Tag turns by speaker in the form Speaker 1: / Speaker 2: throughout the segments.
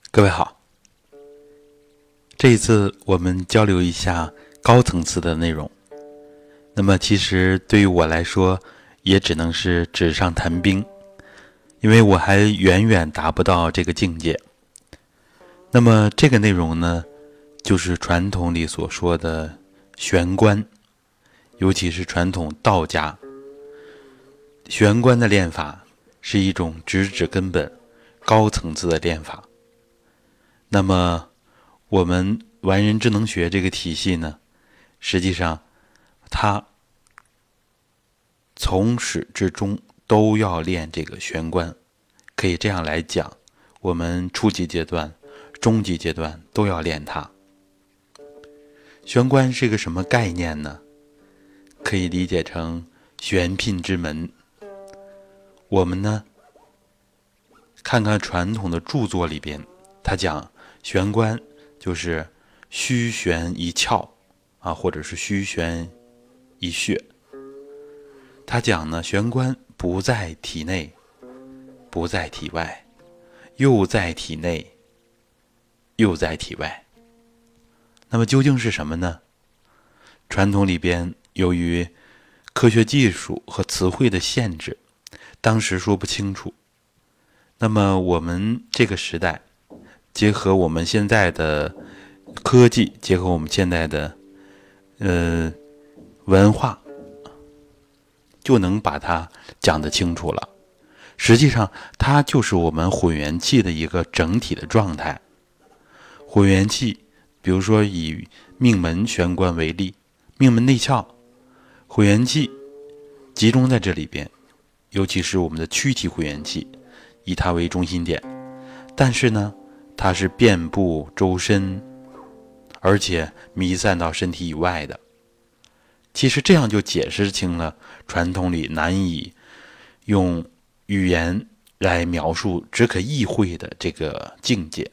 Speaker 1: 各位好，这一次我们交流一下高层次的内容。那么其实对于我来说，也只能是纸上谈兵，因为我还远远达不到这个境界。那么这个内容呢，就是传统里所说的玄关，尤其是传统道家。玄关的练法是一种直指根本、高层次的练法。那么我们完人智能学这个体系呢，实际上它从始至终都要练这个玄关。可以这样来讲，我们初级阶段、中级阶段都要练它。玄关是一个什么概念呢？可以理解成玄牝之门。我们呢，看看传统的著作里边，他讲玄关就是虚玄一窍或者是虚玄一穴。他讲呢，玄关不在体内，不在体外，又在体内，又在体外。那么究竟是什么呢？传统里边由于科学技术和词汇的限制，当时说不清楚。那么我们这个时代，结合我们现在的科技，结合我们现在的文化，就能把它讲得清楚了。实际上它就是我们混元气的一个整体的状态。混元气，比如说以命门玄关为例，命门内窍，混元气集中在这里边，尤其是我们的躯体混元气，以它为中心点。但是呢，它是遍布周身，而且弥散到身体以外的。其实这样就解释清了传统里难以用语言来描述、只可意会的这个境界。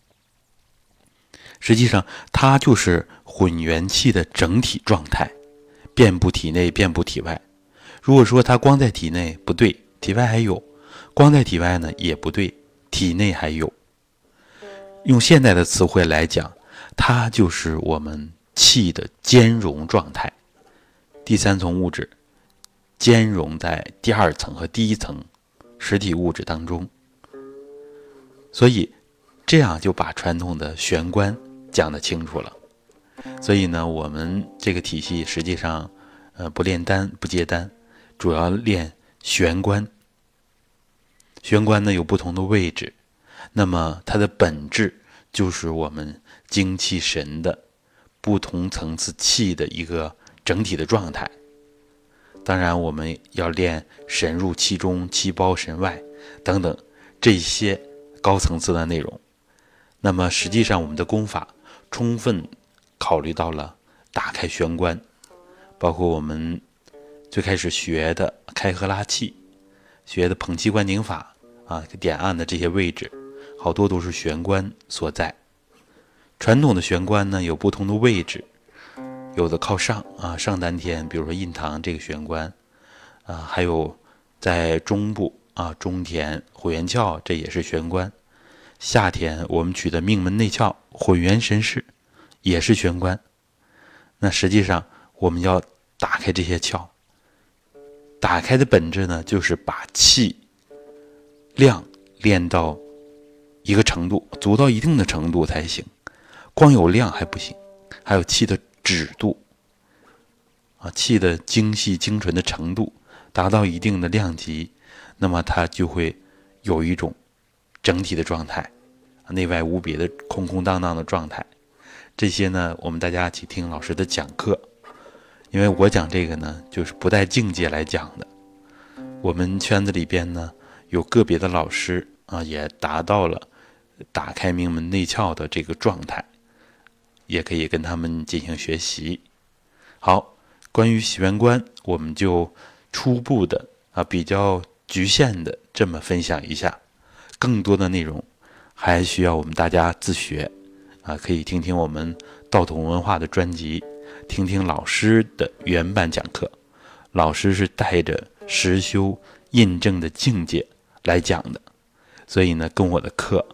Speaker 1: 实际上它就是混元气的整体状态，遍布体内，遍布体外。如果说它光在体内，不对，体外还有；光在体外呢，也不对，体内还有。用现代的词汇来讲，它就是我们气的兼容状态。第三层物质兼容在第二层和第一层实体物质当中，所以这样就把传统的玄关讲得清楚了。所以呢，我们这个体系实际上不炼丹，不接丹，主要练玄关。玄关呢有不同的位置，那么它的本质就是我们精气神的不同层次气的一个整体的状态。当然我们要练神入其中，气包神外等等这些高层次的内容。那么实际上我们的功法充分考虑到了打开玄关，包括我们最开始学的开合拉气，学的捧气观顶法点按的这些位置，好多都是玄关所在。传统的玄关呢有不同的位置，有的靠上上丹田，比如说印堂这个玄关还有在中部中田混元窍，这也是玄关。下田我们取的命门内窍混元神室也是玄关。那实际上我们要打开这些窍，打开的本质呢，就是把气量练到一个程度，足到一定的程度才行。光有量还不行，还有气的指度气的精细精纯的程度达到一定的量级，那么它就会有一种整体的状态，内外无别的空空荡荡的状态。这些呢，我们大家一起听老师的讲课。因为我讲这个呢，就是不带境界来讲的。我们圈子里边呢，有个别的老师也达到了打开命门内窍的这个状态，也可以跟他们进行学习。好，关于玄关，我们就初步的比较局限的这么分享一下，更多的内容还需要我们大家自学可以听听我们道统文化的专辑，听听老师的原版讲课。老师是带着实修印证的境界来讲的，所以呢，跟我的课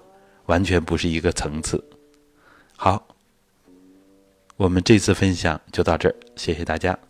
Speaker 1: 完全不是一个层次。好，我们这次分享就到这儿，谢谢大家。